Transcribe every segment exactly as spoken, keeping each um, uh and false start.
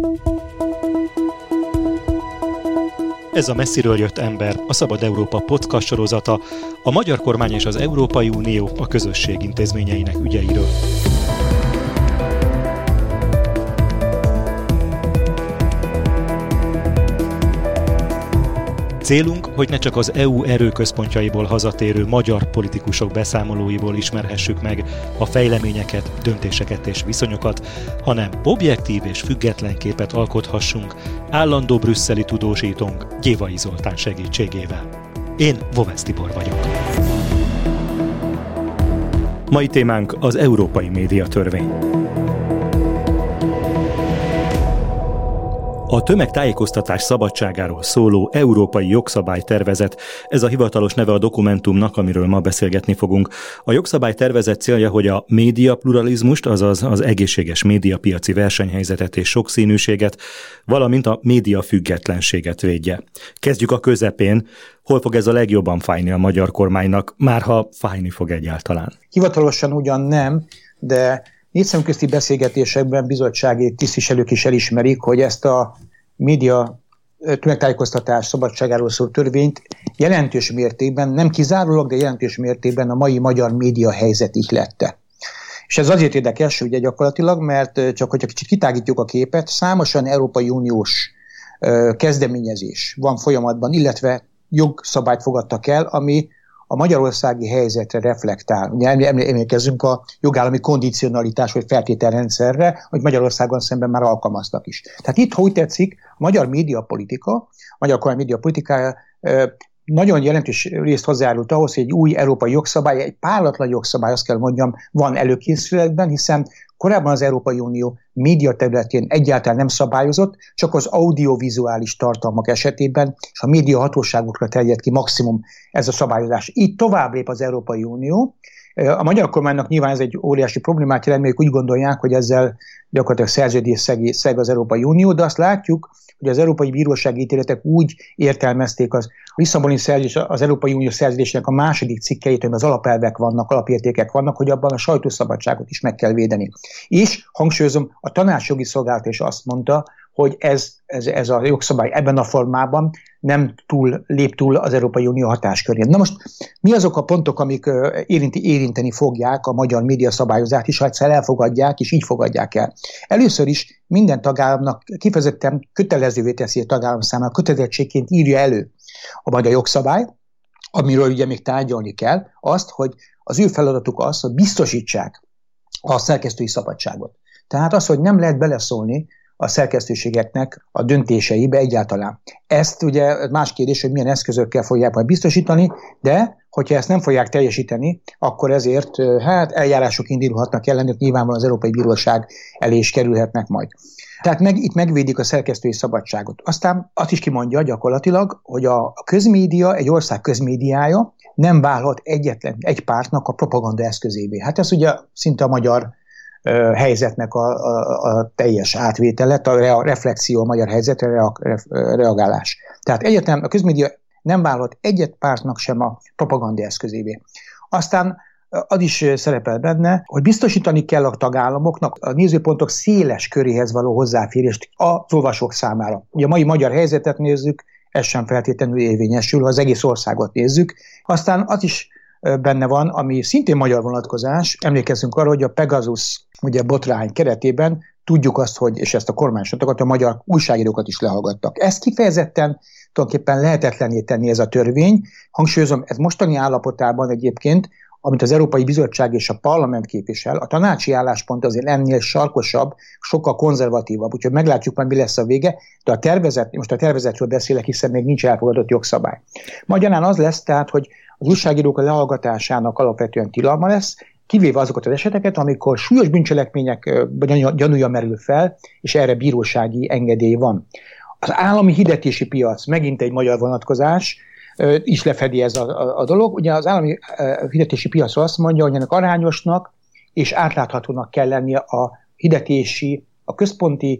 Ez a Messziről jött ember, a Szabad Európa podcast sorozata, a magyar kormány és az Európai Unió a közösség intézményeinek ügyeiről. Célunk, hogy ne csak az é u erőközpontjaiból hazatérő magyar politikusok beszámolóiból ismerhessük meg a fejleményeket, döntéseket és viszonyokat, hanem objektív és független képet alkothassunk állandó brüsszeli tudósítónk Gyévai Zoltán segítségével. Én Vovesz Tibor vagyok. Mai témánk az Európai Médiatörvény. A tömegtájékoztatás szabadságáról szóló európai jogszabálytervezet, ez a hivatalos neve a dokumentumnak, amiről ma beszélgetni fogunk. A jogszabálytervezet célja, hogy a médiapluralizmust, azaz az egészséges médiapiaci versenyhelyzetet és sokszínűséget, valamint a média függetlenséget védje. Kezdjük a közepén. Hol fog ez a legjobban fájni a magyar kormánynak, márha fájni fog egyáltalán? Hivatalosan ugyan nem, de négy szemközti beszélgetésekben bizottsági tisztviselők is elismerik, hogy ezt a média tömegtájékoztatás szabadságáról szóló törvényt jelentős mértékben, nem kizárólag, de jelentős mértékben a mai magyar média helyzet ihlette. És ez azért érdekes, ugye gyakorlatilag, mert csak hogyha kicsit kitágítjuk a képet, számosan Európai Uniós kezdeményezés van folyamatban, illetve jogszabályt fogadtak el, ami a magyarországi helyzetre reflektál. Ugye emlékezzünk a jogállami kondicionalitás vagy feltételrendszerre, hogy Magyarországon szemben már alkalmaztak is. Tehát itt, ha úgy tetszik, a magyar médiapolitika, a magyar kormány médiapolitikája nagyon jelentős részt hozzájárult ahhoz, hogy egy új európai jogszabály, egy páratlan jogszabály, azt kell mondjam, van előkészületben, hiszen korábban az Európai Unió média területén egyáltalán nem szabályozott, csak az audiovizuális tartalmak esetében, és a média hatóságokra terjed ki maximum ez a szabályozás. Így tovább lép az Európai Unió. A magyar kormánynak nyilván ez egy óriási problémát jelent, mert úgy gondolják, hogy ezzel gyakorlatilag szerződésszeg az Európai Unió, de azt látjuk, hogy az Európai Bírósági ítéletek úgy értelmezték az a Lisszaboni szerződés, az Európai Unió szerződésének a második cikkeit, hogy az alapelvek vannak, alapértékek vannak, hogy abban a sajtószabadságot is meg kell védeni. És hangsúlyozom, a tanács jogi szolgálata is azt mondta, hogy ez, ez, ez a jogszabály ebben a formában nem túl, lép túl az Európai Unió hatáskörén. Na most mi azok a pontok, amik érinti, érinteni fogják a magyar média szabályozást is, ha egyszer elfogadják, és így fogadják el. Először is minden tagállamnak kifejezetten kötelezővé teszi a tagállam számára, kötelezettségként írja elő a magyar jogszabály, amiről ugye még tárgyalni kell, azt, hogy az ő feladatuk az, hogy biztosítsák a szerkesztői szabadságot. Tehát az, hogy nem lehet beleszólni a szerkesztőségeknek a döntéseibe egyáltalán. Ezt ugye más kérdés, hogy milyen eszközökkel fogják majd biztosítani, de hogyha ezt nem fogják teljesíteni, akkor ezért hát eljárások indulhatnak ellenük, nyilvánvalóan az Európai Bíróság elé is kerülhetnek majd. Tehát meg, itt megvédik a szerkesztői szabadságot. Aztán azt is kimondja gyakorlatilag, hogy a, a közmédia, egy ország közmédiája nem válhat egyetlen egy pártnak a propaganda eszközévé. Hát ez ugye szinte a magyar helyzetnek a, a, a teljes átvétele, a reflexió a magyar helyzetre, a reagálás. Tehát egyáltalán a közmédia nem válhat egyet pártnak sem a propaganda eszközévé. Aztán az is szerepel benne, hogy biztosítani kell a tagállamoknak a nézőpontok széles köréhez való hozzáférést az olvasók számára. Ugye a mai magyar helyzetet nézzük, ez sem feltétlenül érvényesül, ha az egész országot nézzük. Aztán az is benne van, ami szintén magyar vonatkozás. Emlékezzünk arra, hogy a Pegasus ugye botrány keretében tudjuk azt, hogy, és ezt a kormányzatokat, a magyar újságírókat is lehallgattak. Ezt kifejezetten tulajdonképpen lehetetlenné tenni ez a törvény. Hangsúlyozom, ez mostani állapotában egyébként, amit az Európai Bizottság és a Parlament képvisel, a tanácsi álláspont azért ennél sarkosabb, sokkal konzervatívabb, úgyhogy meglátjuk majd, mi lesz a vége, de a tervezet, most a tervezetről beszélek, hiszen még nincs elfogadott jogszabály. Magyarán az lesz tehát, hogy az újságírók lehallgatásának alapvetően tilalma lesz, kivéve azokat az eseteket, amikor súlyos bűncselekmények gyanúja merül fel, és erre bírósági engedély van. Az állami hirdetési piac, megint egy magyar vonatkozás, is lefedi ez a, a, a dolog. Ugye az állami hirdetési piac azt mondja, hogy ennek arányosnak és átláthatónak kell lennie a hirdetési, a központi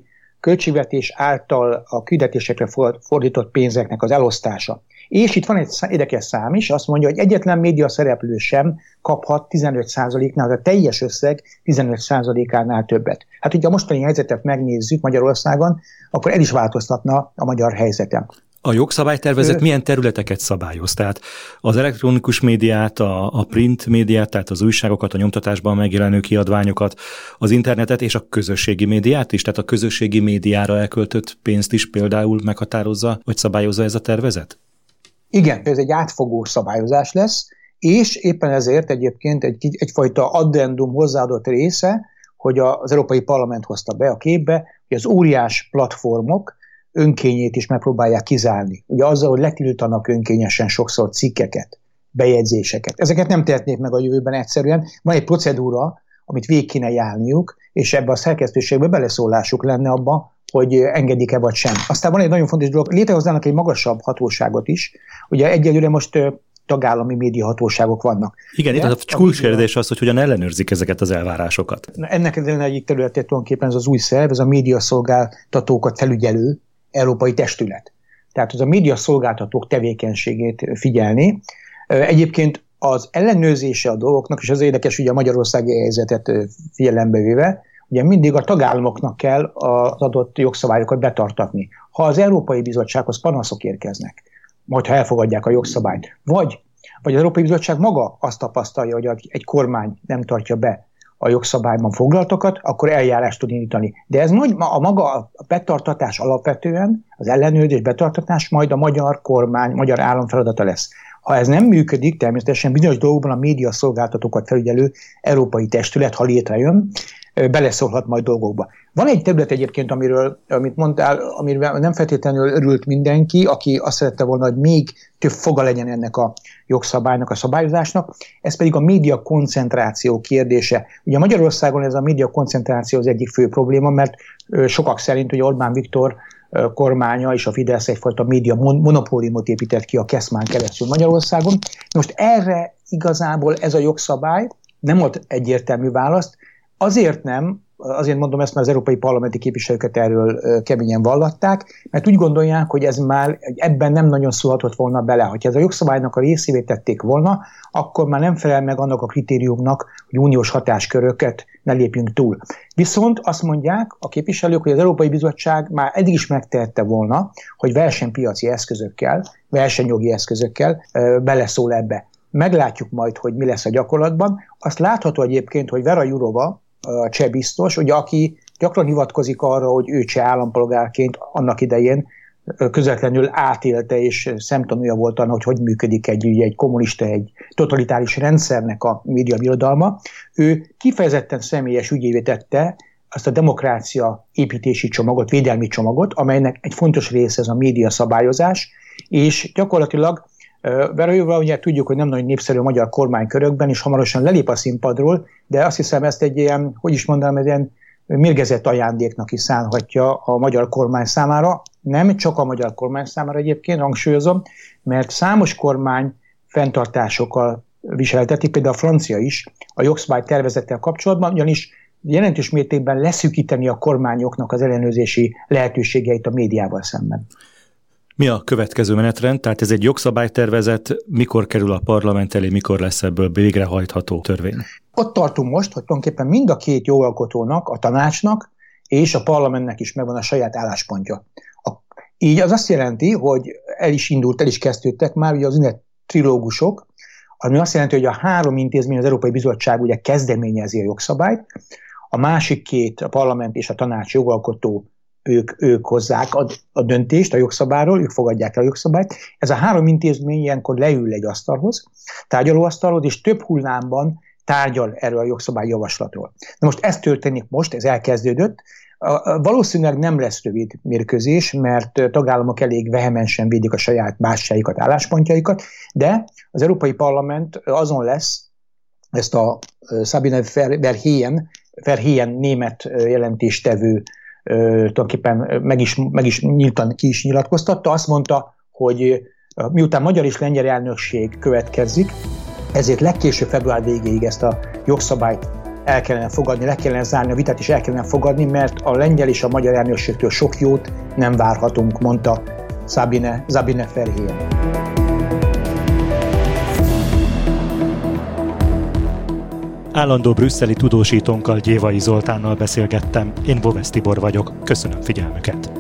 költségvetés által a küldetésekre fordított pénzeknek az elosztása. És itt van egy érdekes szám is, azt mondja, hogy egyetlen média szereplő sem kaphat tizenöt százaléknál, a teljes összeg tizenöt százalékánál többet. Hát, hogyha a mostani helyzetet megnézzük Magyarországon, akkor el is változtatna a magyar helyzetem. A jogszabálytervezet milyen területeket szabályoz? Tehát az elektronikus médiát, a, a print médiát, tehát az újságokat, a nyomtatásban megjelenő kiadványokat, az internetet és a közösségi médiát is? Tehát a közösségi médiára elköltött pénzt is például meghatározza, vagy szabályozza ez a tervezet? Igen, ez egy átfogó szabályozás lesz, és éppen ezért egyébként egy, egyfajta addendum hozzáadott része, hogy az Európai Parlament hozta be a képbe, hogy az óriás platformok önkényét is megpróbálják kizárni. Ugye azzal, hogy letiltanak önkényesen sokszor cikkeket, bejegyzéseket. Ezeket nem tehetnék meg a jövőben egyszerűen. Van egy procedúra, amit végig kéne járniuk, és ebbe a szerkesztőségbe beleszólásuk lenne abba, hogy engedik-e vagy sem. Aztán van egy nagyon fontos dolog, létrehoznának egy magasabb hatóságot is. Ugye egyelőre most tagállami médiahatóságok vannak. Igen, itt a kulcskérdés az, hogy hogyan ellenőrzik ezeket az elvárásokat. Ennek egyik területét tulajdonképpen ez az új szerv, ez a médiaszolgáltatókat felügyelő európai testület. Tehát az a médiaszolgáltatók tevékenységét figyelni. Egyébként az ellenőrzése a dolgoknak, és az érdekes, ugye a magyarországi helyzetet figyelembe véve, ugye mindig a tagállamoknak kell az adott jogszabályokat betartatni. Ha az Európai Bizottsághoz panaszok érkeznek, majd ha elfogadják a jogszabályt, vagy, vagy az Európai Bizottság maga azt tapasztalja, hogy egy kormány nem tartja be a jogszabályban foglaltakat, akkor eljárást tud indítani. De ez nagy, a maga a betartatás alapvetően, az ellenőrzés betartatás majd a magyar kormány, magyar állam feladata lesz. Ha ez nem működik, természetesen bizonyos dolgokban a médiaszolgáltatókat felügyelő európai testület, ha létrejön, beleszólhat majd dolgokba. Van egy terület egyébként, amiről, amit mondtál, amiről nem feltétlenül örült mindenki, aki azt szerette volna, hogy még több foga legyen ennek a jogszabálynak, a szabályozásnak, ez pedig a média koncentráció kérdése. Ugye Magyarországon ez a média koncentráció az egyik fő probléma, mert sokak szerint ugye Orbán Viktor kormánya és a Fidesz egyfajta média monopóliumot épített ki a Keszmán keresztül Magyarországon. Most erre igazából ez a jogszabály nem volt egyértelmű választ, azért nem, azért mondom ezt, mert az európai parlamenti képviselőket erről keményen vallatták, mert úgy gondolják, hogy ez már ebben nem nagyon szólhatott volna bele. Ha ez a jogszabálynak a részévé tették volna, akkor már nem felel meg annak a kritériumnak, hogy uniós hatásköröket ne lépjünk túl. Viszont azt mondják a képviselők, hogy az Európai Bizottság már eddig is megtehette volna, hogy versenypiaci eszközökkel, versenyjogi eszközökkel beleszól ebbe. Meglátjuk majd, hogy mi lesz a gyakorlatban. Azt látható egyébként, hogy Vera Jourova, a cseh biztos, ugye, aki gyakran hivatkozik arra, hogy ő cseh állampolgárként annak idején közvetlenül átélte és szemtanúja volt annak, hogy hogy működik egy, egy kommunista, egy totalitáris rendszernek a médiabirodalma. Ő kifejezetten személyes ügyévé tette azt a demokrácia építési csomagot, védelmi csomagot, amelynek egy fontos része ez a média szabályozás, és gyakorlatilag Vera Jourova, ugye tudjuk, hogy nem nagyon népszerű a magyar kormánykörökben, és hamarosan lelép a színpadról, de azt hiszem ezt egy ilyen, hogy is mondanám, egy ilyen mérgezett ajándéknak is szánhatja a magyar kormány számára, nem csak a magyar kormány számára egyébként, hangsúlyozom, mert számos kormány fenntartásokkal viseltetik, például a francia is a jogszabály tervezettel kapcsolatban, ugyanis jelentős mértékben leszűkíteni a kormányoknak az ellenőrzési lehetőségeit a médiával szemben. Mi a következő menetrend? Tehát ez egy jogszabálytervezet, mikor kerül a parlament elé, mikor lesz ebből végrehajtható törvény? Ott tartunk most, hogy tulajdonképpen mind a két jogalkotónak, a tanácsnak és a parlamentnek is megvan a saját álláspontja. A, így az azt jelenti, hogy el is indult, el is kezdődtek már ugye az ünnep trilógusok, ami azt jelenti, hogy a három intézmény, az Európai Bizottság ugye kezdeményezi a jogszabályt, a másik két, a parlament és a tanács jogalkotó Ők, ők hozzák a, a döntést a jogszabályról, ők fogadják el a jogszabályt. Ez a három intézmény ilyenkor leül egy asztalhoz, tárgyalóasztalhoz, és több hullámban tárgyal erről a jogszabályjavaslatról. Na most ez történik most, ez elkezdődött. Valószínűleg nem lesz rövid mérkőzés, mert tagállamok elég vehemensen védik a saját bássáikat, álláspontjaikat, de az Európai Parlament azon lesz, ezt a Sabine Verheyen, Verheyen német jelentéstevő tulajdonképpen meg is, meg is nyíltan ki is nyilatkoztatta, azt mondta, hogy miután magyar és lengyel elnökség következik, ezért legkésőbb február végéig ezt a jogszabályt el kellene fogadni, le kellene zárni a vitát, és el kellene fogadni, mert a lengyel és a magyar elnökségtől sok jót nem várhatunk, mondta Sabine, Sabine Verheyen. Állandó brüsszeli tudósítónkkal, Gyévai Zoltánnal beszélgettem. Én Bovesz Tibor vagyok. Köszönöm figyelmüket.